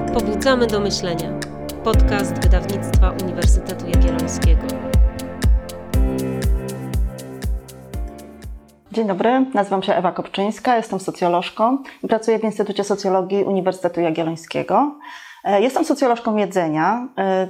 Pobudzamy do myślenia. Podcast wydawnictwa Uniwersytetu Jagiellońskiego. Dzień dobry, nazywam się Ewa Kopczyńska, jestem socjolożką i pracuję w Instytucie Socjologii Uniwersytetu Jagiellońskiego. Jestem socjolożką jedzenia.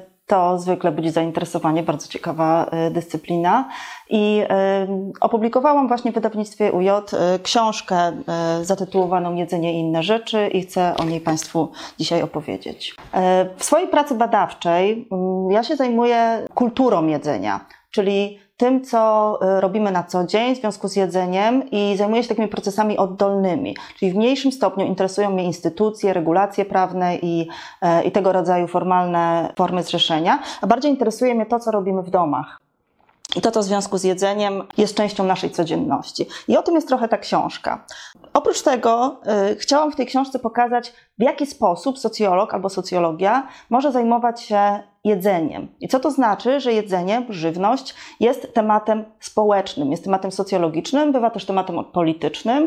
To zwykle budzi zainteresowanie, bardzo ciekawa dyscyplina. I opublikowałam właśnie w wydawnictwie UJ książkę zatytułowaną Jedzenie i inne rzeczy i chcę o niej Państwu dzisiaj opowiedzieć. W swojej pracy badawczej ja się zajmuję kulturą jedzenia, czyli tym, co robimy na co dzień w związku z jedzeniem i zajmuję się takimi procesami oddolnymi, czyli w mniejszym stopniu interesują mnie instytucje, regulacje prawne i tego rodzaju formalne formy zrzeszenia, a bardziej interesuje mnie to, co robimy w domach. I to, co w związku z jedzeniem jest częścią naszej codzienności. I o tym jest trochę ta książka. Oprócz tego chciałam w tej książce pokazać, w jaki sposób socjolog albo socjologia może zajmować się jedzeniem. I co to znaczy, że jedzenie, żywność jest tematem społecznym, jest tematem socjologicznym, bywa też tematem politycznym.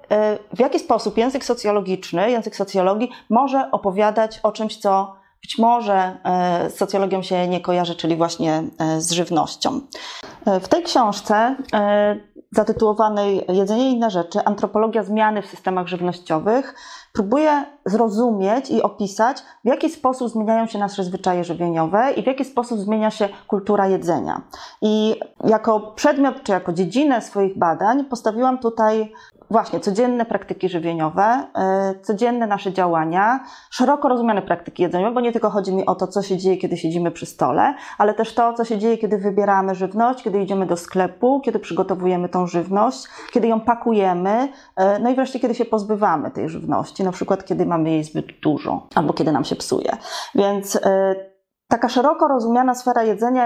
W jaki sposób język socjologiczny, język socjologii może opowiadać o czymś, co być może z socjologią się nie kojarzy, czyli właśnie z żywnością. W tej książce zatytułowanej Jedzenie i inne rzeczy, antropologia zmiany w systemach żywnościowych, próbuję zrozumieć i opisać, w jaki sposób zmieniają się nasze zwyczaje żywieniowe i w jaki sposób zmienia się kultura jedzenia. I jako przedmiot, czy jako dziedzinę swoich badań postawiłam tutaj właśnie codzienne praktyki żywieniowe, codzienne nasze działania, szeroko rozumiane praktyki jedzeniowe, bo nie tylko chodzi mi o to, co się dzieje, kiedy siedzimy przy stole, ale też to, co się dzieje, kiedy wybieramy żywność, kiedy idziemy do sklepu, kiedy przygotowujemy tą żywność, kiedy ją pakujemy, no i wreszcie, kiedy się pozbywamy tej żywności, na przykład kiedy mamy jej zbyt dużo, albo kiedy nam się psuje. Więc taka szeroko rozumiana sfera jedzenia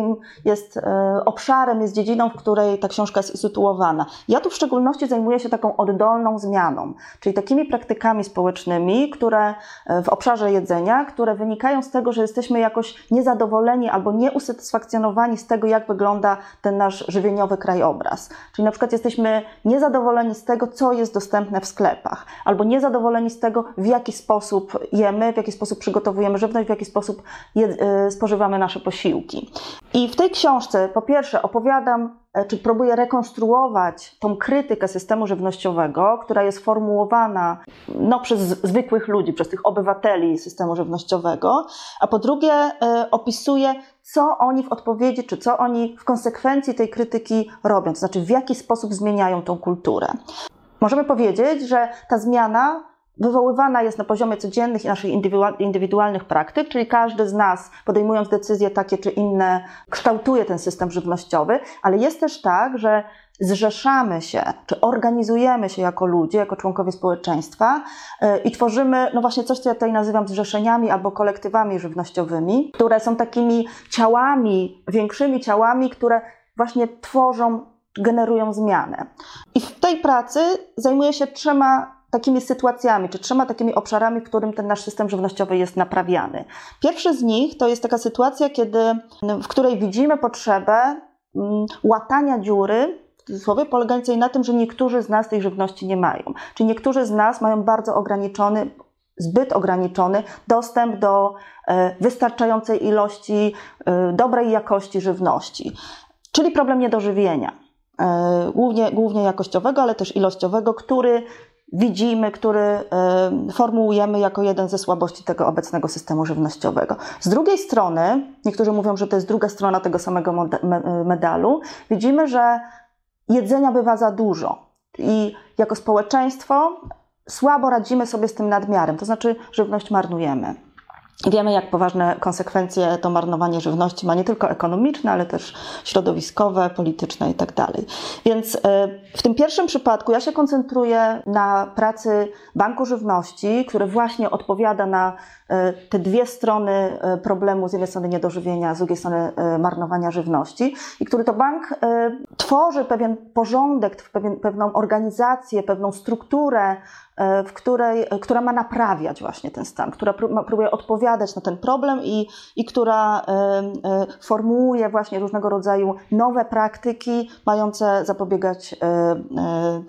jest obszarem, jest dziedziną, w której ta książka jest usytuowana. Ja tu w szczególności zajmuję się taką oddolną zmianą, czyli takimi praktykami społecznymi, które w obszarze jedzenia, które wynikają z tego, że jesteśmy jakoś niezadowoleni albo nieusatysfakcjonowani z tego, jak wygląda ten nasz żywieniowy krajobraz. Czyli na przykład jesteśmy niezadowoleni z tego, co jest dostępne w sklepach, albo niezadowoleni z tego, w jaki sposób jemy, w jaki sposób przygotowujemy żywność, w jaki sposób spożywamy nasze posiłki. I w tej książce po pierwsze opowiadam, czy próbuję rekonstruować tą krytykę systemu żywnościowego, która jest formułowana przez zwykłych ludzi, przez tych obywateli systemu żywnościowego, a po drugie opisuję, co oni w odpowiedzi, czy co oni w konsekwencji tej krytyki robią, to znaczy w jaki sposób zmieniają tą kulturę. Możemy powiedzieć, że ta zmiana wywoływana jest na poziomie codziennych i naszych indywidualnych praktyk, czyli każdy z nas, podejmując decyzje takie czy inne, kształtuje ten system żywnościowy, ale jest też tak, że zrzeszamy się, czy organizujemy się jako ludzie, jako członkowie społeczeństwa i tworzymy właśnie coś, co ja tutaj nazywam zrzeszeniami albo kolektywami żywnościowymi, które są takimi ciałami, większymi ciałami, które właśnie tworzą, generują zmianę. I w tej pracy zajmuję się trzema takimi sytuacjami, czy trzema takimi obszarami, w którym ten nasz system żywnościowy jest naprawiany. Pierwszy z nich to jest taka sytuacja, w której widzimy potrzebę łatania dziury, w cudzysłowie, polegającej na tym, że niektórzy z nas tej żywności nie mają. Czyli niektórzy z nas mają bardzo ograniczony, zbyt ograniczony dostęp do wystarczającej ilości, dobrej jakości żywności. Czyli problem niedożywienia. Głównie jakościowego, ale też ilościowego, który widzimy, który formułujemy jako jeden ze słabości tego obecnego systemu żywnościowego. Z drugiej strony, niektórzy mówią, że to jest druga strona tego samego medalu, widzimy, że jedzenia bywa za dużo i jako społeczeństwo słabo radzimy sobie z tym nadmiarem, to znaczy żywność marnujemy. Wiemy, jak poważne konsekwencje to marnowanie żywności ma nie tylko ekonomiczne, ale też środowiskowe, polityczne itd. Więc w tym pierwszym przypadku ja się koncentruję na pracy Banku Żywności, który właśnie odpowiada na te dwie strony problemu, z jednej strony niedożywienia, z drugiej strony marnowania żywności i który to bank tworzy pewien porządek, pewną organizację, pewną strukturę, która ma naprawiać właśnie ten stan, która próbuje odpowiadać na ten problem i która formułuje właśnie różnego rodzaju nowe praktyki mające zapobiegać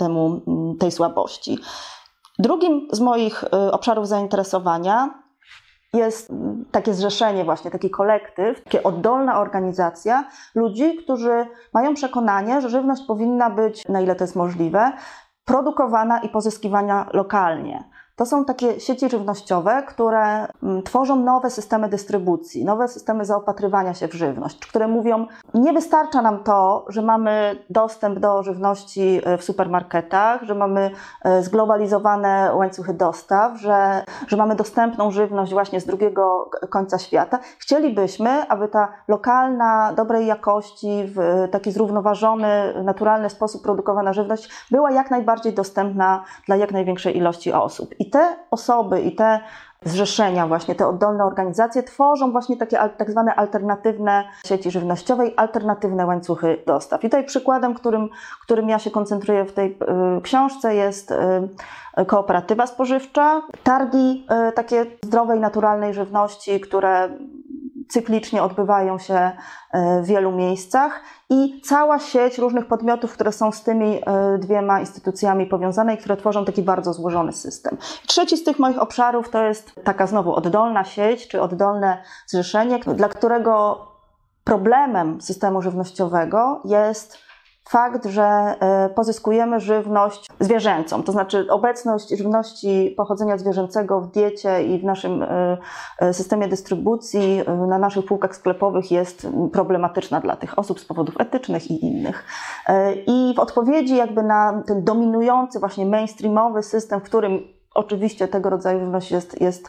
tej słabości. Drugim z moich obszarów zainteresowania jest takie zrzeszenie właśnie, taki kolektyw, taka oddolna organizacja ludzi, którzy mają przekonanie, że żywność powinna być, na ile to jest możliwe, produkowana i pozyskiwana lokalnie. To są takie sieci żywnościowe, które tworzą nowe systemy dystrybucji, nowe systemy zaopatrywania się w żywność, które mówią, nie wystarcza nam to, że mamy dostęp do żywności w supermarketach, że mamy zglobalizowane łańcuchy dostaw, że mamy dostępną żywność właśnie z drugiego końca świata. Chcielibyśmy, aby ta lokalna, dobrej jakości, w taki zrównoważony, naturalny sposób produkowana żywność była jak najbardziej dostępna dla jak największej ilości osób. I te osoby i te zrzeszenia, właśnie te oddolne organizacje tworzą właśnie takie tak zwane alternatywne sieci żywnościowe i alternatywne łańcuchy dostaw. I tutaj przykładem, którym ja się koncentruję w tej książce, jest kooperatywa spożywcza, targi takie zdrowej, naturalnej żywności, które cyklicznie odbywają się w wielu miejscach i cała sieć różnych podmiotów, które są z tymi dwiema instytucjami powiązane i które tworzą taki bardzo złożony system. Trzeci z tych moich obszarów to jest taka znowu oddolna sieć, czy oddolne zrzeszenie, dla którego problemem systemu żywnościowego jest fakt, że pozyskujemy żywność zwierzęcą, to znaczy obecność żywności pochodzenia zwierzęcego w diecie i w naszym systemie dystrybucji na naszych półkach sklepowych jest problematyczna dla tych osób z powodów etycznych i innych. I w odpowiedzi jakby na ten dominujący właśnie mainstreamowy system, w którym oczywiście tego rodzaju żywność jest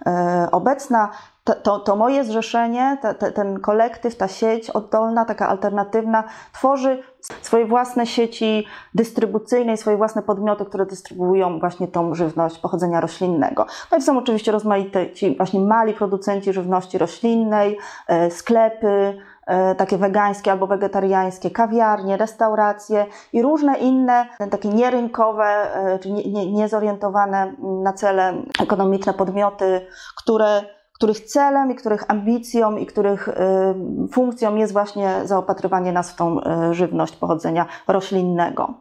obecna, to moje zrzeszenie, ten kolektyw, ta sieć oddolna, taka alternatywna, tworzy swoje własne sieci dystrybucyjne i swoje własne podmioty, które dystrybuują właśnie tą żywność pochodzenia roślinnego. No i są oczywiście rozmaite ci właśnie mali producenci żywności roślinnej, sklepy, takie wegańskie albo wegetariańskie, kawiarnie, restauracje i różne inne takie nierynkowe, czy niezorientowane na cele ekonomiczne podmioty, których celem i których ambicją i których funkcją jest właśnie zaopatrywanie nas w tą żywność pochodzenia roślinnego.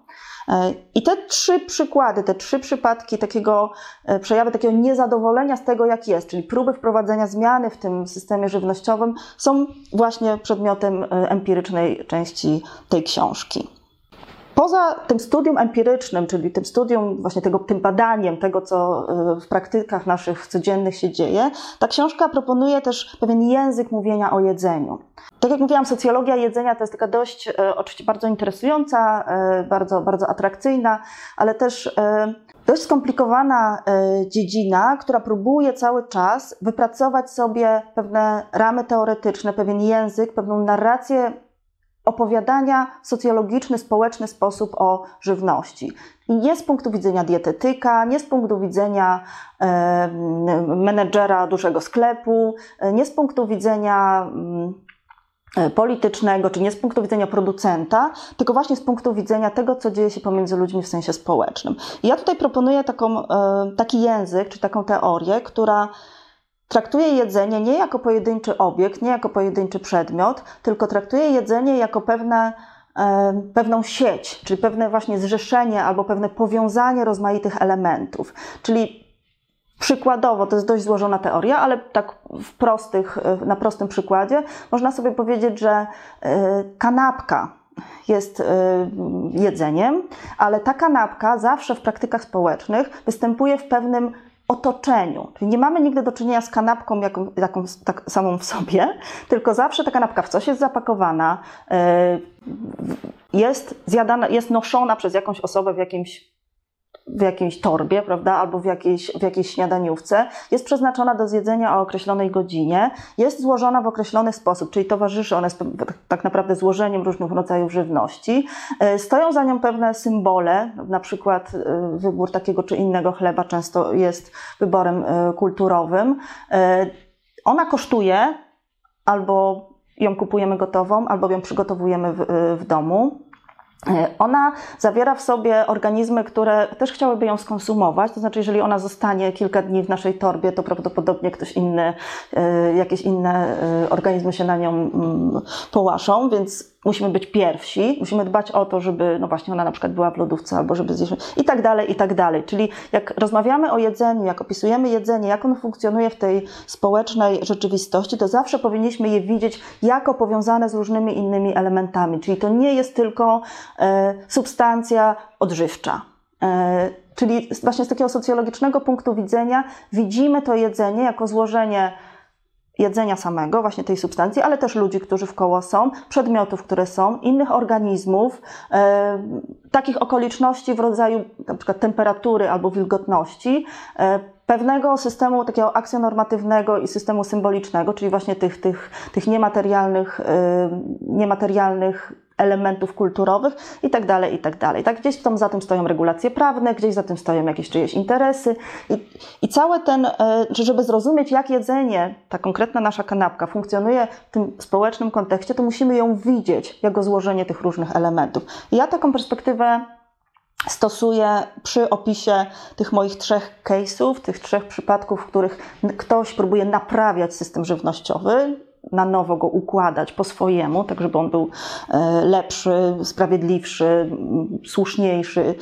I te trzy przykłady, te trzy przypadki przejawy takiego niezadowolenia z tego, jak jest, czyli próby wprowadzenia zmiany w tym systemie żywnościowym, są właśnie przedmiotem empirycznej części tej książki. Poza tym studium empirycznym, czyli tym studium, właśnie tym badaniem tego, co w praktykach naszych codziennych się dzieje, ta książka proponuje też pewien język mówienia o jedzeniu. Tak jak mówiłam, socjologia jedzenia to jest taka dość, oczywiście bardzo interesująca, bardzo, bardzo atrakcyjna, ale też dość skomplikowana dziedzina, która próbuje cały czas wypracować sobie pewne ramy teoretyczne, pewien język, pewną narrację opowiadania w socjologiczny, społeczny sposób o żywności. I nie z punktu widzenia dietetyka, nie z punktu widzenia menedżera dużego sklepu, nie z punktu widzenia politycznego, czy nie z punktu widzenia producenta, tylko właśnie z punktu widzenia tego, co dzieje się pomiędzy ludźmi w sensie społecznym. I ja tutaj proponuję taki język, czy taką teorię, która traktuje jedzenie nie jako pojedynczy obiekt, nie jako pojedynczy przedmiot, tylko traktuje jedzenie jako pewną sieć, czyli pewne właśnie zrzeszenie albo pewne powiązanie rozmaitych elementów. Czyli przykładowo, to jest dość złożona teoria, ale tak na prostym przykładzie można sobie powiedzieć, że kanapka jest jedzeniem, ale ta kanapka zawsze w praktykach społecznych występuje w pewnym otoczeniu. Czyli nie mamy nigdy do czynienia z kanapką tak samą w sobie, tylko zawsze ta kanapka w coś jest zapakowana, jest zjadana, jest noszona przez jakąś osobę w jakiejś torbie, prawda, albo w jakiejś śniadaniówce, jest przeznaczona do zjedzenia o określonej godzinie, jest złożona w określony sposób, czyli towarzyszy ona tak naprawdę złożeniem różnych rodzajów żywności. Stoją za nią pewne symbole, na przykład wybór takiego czy innego chleba często jest wyborem kulturowym. Ona kosztuje, albo ją kupujemy gotową, albo ją przygotowujemy w domu. Ona zawiera w sobie organizmy, które też chciałyby ją skonsumować, to znaczy jeżeli ona zostanie kilka dni w naszej torbie, to prawdopodobnie ktoś inny, jakieś inne organizmy się na nią połaszą, więc musimy być pierwsi, musimy dbać o to, żeby no właśnie ona na przykład była w lodówce albo żeby zjeść i tak dalej, i tak dalej. Czyli jak rozmawiamy o jedzeniu, jak opisujemy jedzenie, jak ono funkcjonuje w tej społecznej rzeczywistości, to zawsze powinniśmy je widzieć jako powiązane z różnymi innymi elementami. Czyli to nie jest tylko substancja odżywcza. Czyli właśnie z takiego socjologicznego punktu widzenia widzimy to jedzenie jako złożenie jedzenia samego, właśnie tej substancji, ale też ludzi, którzy wkoło są, przedmiotów, które są, innych organizmów, takich okoliczności w rodzaju na przykład temperatury albo wilgotności, pewnego systemu takiego aksjonormatywnego i systemu symbolicznego, czyli właśnie tych niematerialnych elementów kulturowych i tak dalej, i tak dalej. Tak, gdzieś tam za tym stoją regulacje prawne, gdzieś za tym stoją jakieś czyjeś interesy i cały ten, żeby zrozumieć, jak jedzenie, ta konkretna nasza kanapka funkcjonuje w tym społecznym kontekście, to musimy ją widzieć jako złożenie tych różnych elementów. I ja taką perspektywę stosuję przy opisie tych moich 3 case'ów, tych 3 przypadków, w których ktoś próbuje naprawiać system żywnościowy, na nowo go układać po swojemu, tak żeby on był lepszy, sprawiedliwszy, słuszniejszy,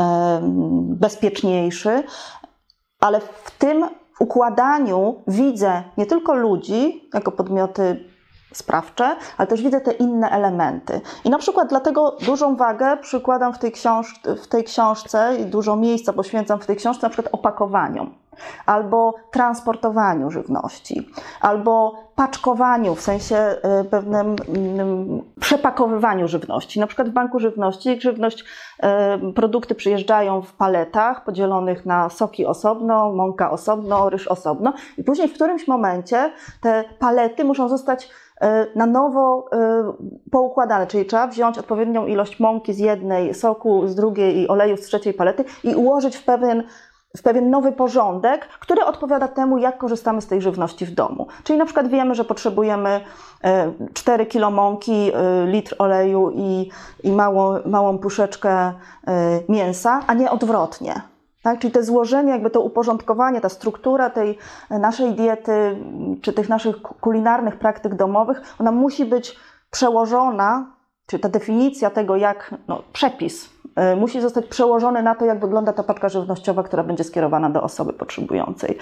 bezpieczniejszy, ale w tym układaniu widzę nie tylko ludzi jako podmioty sprawcze, ale też widzę te inne elementy. I na przykład dlatego dużą wagę przykładam w tej książce i dużo miejsca poświęcam w tej książce na przykład opakowaniom, albo transportowaniu żywności, albo paczkowaniu, w sensie pewnym przepakowywaniu żywności. Na przykład w banku żywności produkty przyjeżdżają w paletach podzielonych na soki osobno, mąka osobno, ryż osobno i później w którymś momencie te palety muszą zostać na nowo poukładane, czyli trzeba wziąć odpowiednią ilość mąki z jednej, soku z drugiej i oleju z trzeciej palety i ułożyć w pewien nowy porządek, który odpowiada temu, jak korzystamy z tej żywności w domu. Czyli na przykład wiemy, że potrzebujemy 4 kilo mąki, litr oleju i małą puszeczkę mięsa, a nie odwrotnie. Tak? Czyli to złożenie, jakby to uporządkowanie, ta struktura tej naszej diety, czy tych naszych kulinarnych praktyk domowych, ona musi być przełożona, czy ta definicja tego, przepis musi zostać przełożony na to, jak wygląda ta paczka żywnościowa, która będzie skierowana do osoby potrzebującej.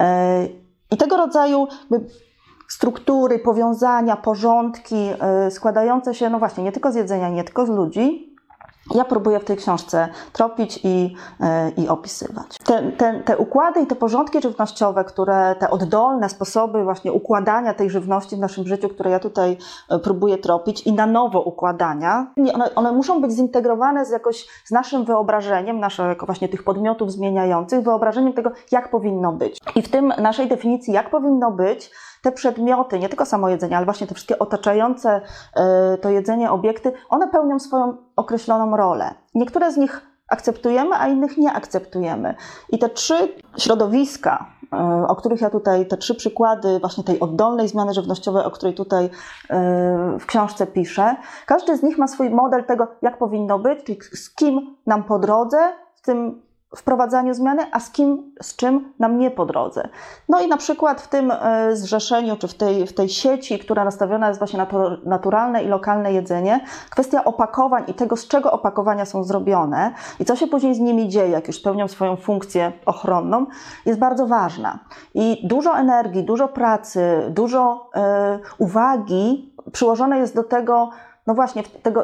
I tego rodzaju struktury, powiązania, porządki składające się, no właśnie, nie tylko z jedzenia, nie tylko z ludzi, ja próbuję w tej książce tropić i opisywać. Te układy i te porządki żywnościowe, te oddolne sposoby właśnie układania tej żywności w naszym życiu, które ja tutaj próbuję tropić i na nowo układania, one muszą być zintegrowane z naszym wyobrażeniem, jako właśnie tych podmiotów zmieniających, wyobrażeniem tego, jak powinno być. I w tym naszej definicji, jak powinno być, te przedmioty, nie tylko samo jedzenie, ale właśnie te wszystkie otaczające to jedzenie obiekty, one pełnią swoją określoną rolę. Niektóre z nich akceptujemy, a innych nie akceptujemy. I te 3 środowiska, o których ja tutaj, te 3 przykłady właśnie tej oddolnej zmiany żywnościowej, o której tutaj w książce piszę, każdy z nich ma swój model tego, jak powinno być, czyli z kim nam po drodze w tym wprowadzaniu zmiany, a z czym nam nie po drodze. No i na przykład w tym zrzeszeniu, czy w tej sieci, która nastawiona jest właśnie na to naturalne i lokalne jedzenie, kwestia opakowań i tego, z czego opakowania są zrobione i co się później z nimi dzieje, jak już pełnią swoją funkcję ochronną, jest bardzo ważna. I dużo energii, dużo pracy, dużo uwagi przyłożone jest do tego, no właśnie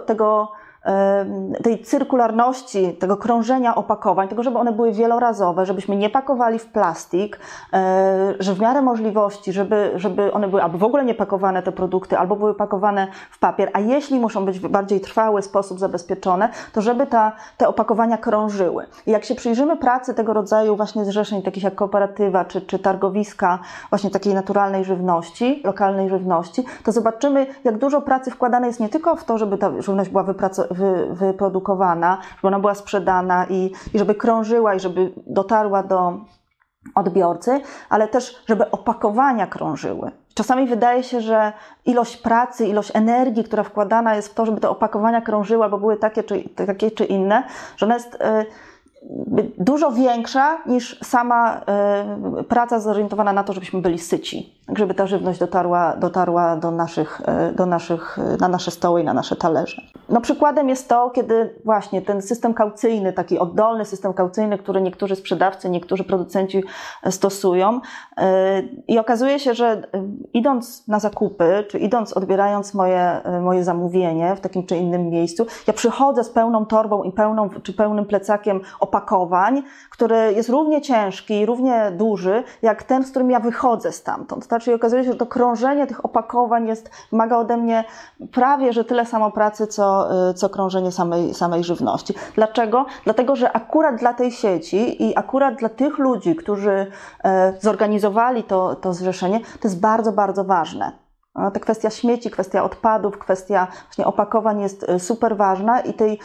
tej cyrkularności, tego krążenia opakowań, tego, żeby one były wielorazowe, żebyśmy nie pakowali w plastik, że w miarę możliwości, żeby one były albo w ogóle nie pakowane te produkty, albo były pakowane w papier, a jeśli muszą być w bardziej trwały sposób zabezpieczone, to żeby te opakowania krążyły. I jak się przyjrzymy pracy tego rodzaju właśnie zrzeszeń, takich jak kooperatywa, czy targowiska właśnie takiej naturalnej żywności, lokalnej żywności, to zobaczymy, jak dużo pracy wkładane jest nie tylko w to, żeby ta żywność była wyprodukowana, żeby ona była sprzedana i żeby krążyła i żeby dotarła do odbiorcy, ale też, żeby opakowania krążyły. Czasami wydaje się, że ilość pracy, ilość energii, która wkładana jest w to, żeby te opakowania krążyły, albo były takie czy inne, że ona jest dużo większa niż sama praca zorientowana na to, żebyśmy byli syci, żeby ta żywność dotarła na nasze stoły i na nasze talerze. No, przykładem jest to, kiedy właśnie ten system kaucyjny, taki oddolny system kaucyjny, który niektórzy sprzedawcy, niektórzy producenci stosują, i okazuje się, że idąc na zakupy, czy odbierając moje zamówienie w takim czy innym miejscu, ja przychodzę z pełną torbą i pełnym plecakiem opakowań, który jest równie ciężki, równie duży, jak ten, z którym ja wychodzę stamtąd. Znaczy, okazuje się, że to krążenie tych opakowań wymaga ode mnie prawie że tyle samo pracy, co krążenie samej żywności. Dlaczego? Dlatego, że akurat dla tej sieci i akurat dla tych ludzi, którzy zorganizowali to zrzeszenie, to jest bardzo, bardzo ważne. Ta kwestia śmieci, kwestia odpadów, kwestia właśnie opakowań jest super ważna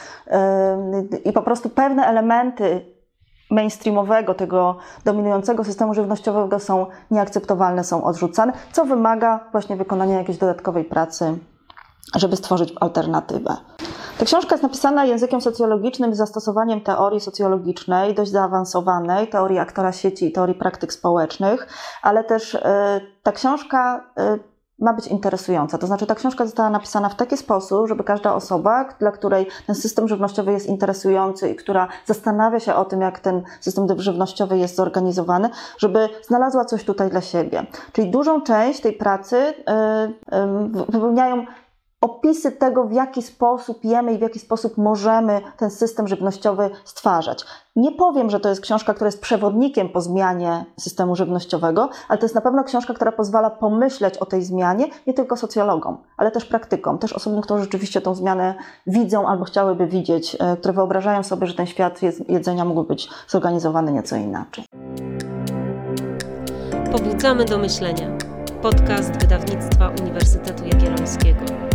i po prostu pewne elementy mainstreamowego, tego dominującego systemu żywnościowego są nieakceptowalne, są odrzucane, co wymaga właśnie wykonania jakiejś dodatkowej pracy, żeby stworzyć alternatywę. Ta książka jest napisana językiem socjologicznym z zastosowaniem teorii socjologicznej, dość zaawansowanej, teorii aktora sieci i teorii praktyk społecznych, ale też ta książka ma być interesująca. To znaczy, ta książka została napisana w taki sposób, żeby każda osoba, dla której ten system żywnościowy jest interesujący i która zastanawia się o tym, jak ten system żywnościowy jest zorganizowany, żeby znalazła coś tutaj dla siebie. Czyli dużą część tej pracy wypełniają opisy tego, w jaki sposób jemy i w jaki sposób możemy ten system żywnościowy stwarzać. Nie powiem, że to jest książka, która jest przewodnikiem po zmianie systemu żywnościowego, ale to jest na pewno książka, która pozwala pomyśleć o tej zmianie nie tylko socjologom, ale też praktykom, też osobom, które rzeczywiście tą zmianę widzą albo chciałyby widzieć, które wyobrażają sobie, że ten świat jedzenia mógłby być zorganizowany nieco inaczej. Pobudzamy do myślenia. Podcast Wydawnictwa Uniwersytetu Jagiellońskiego.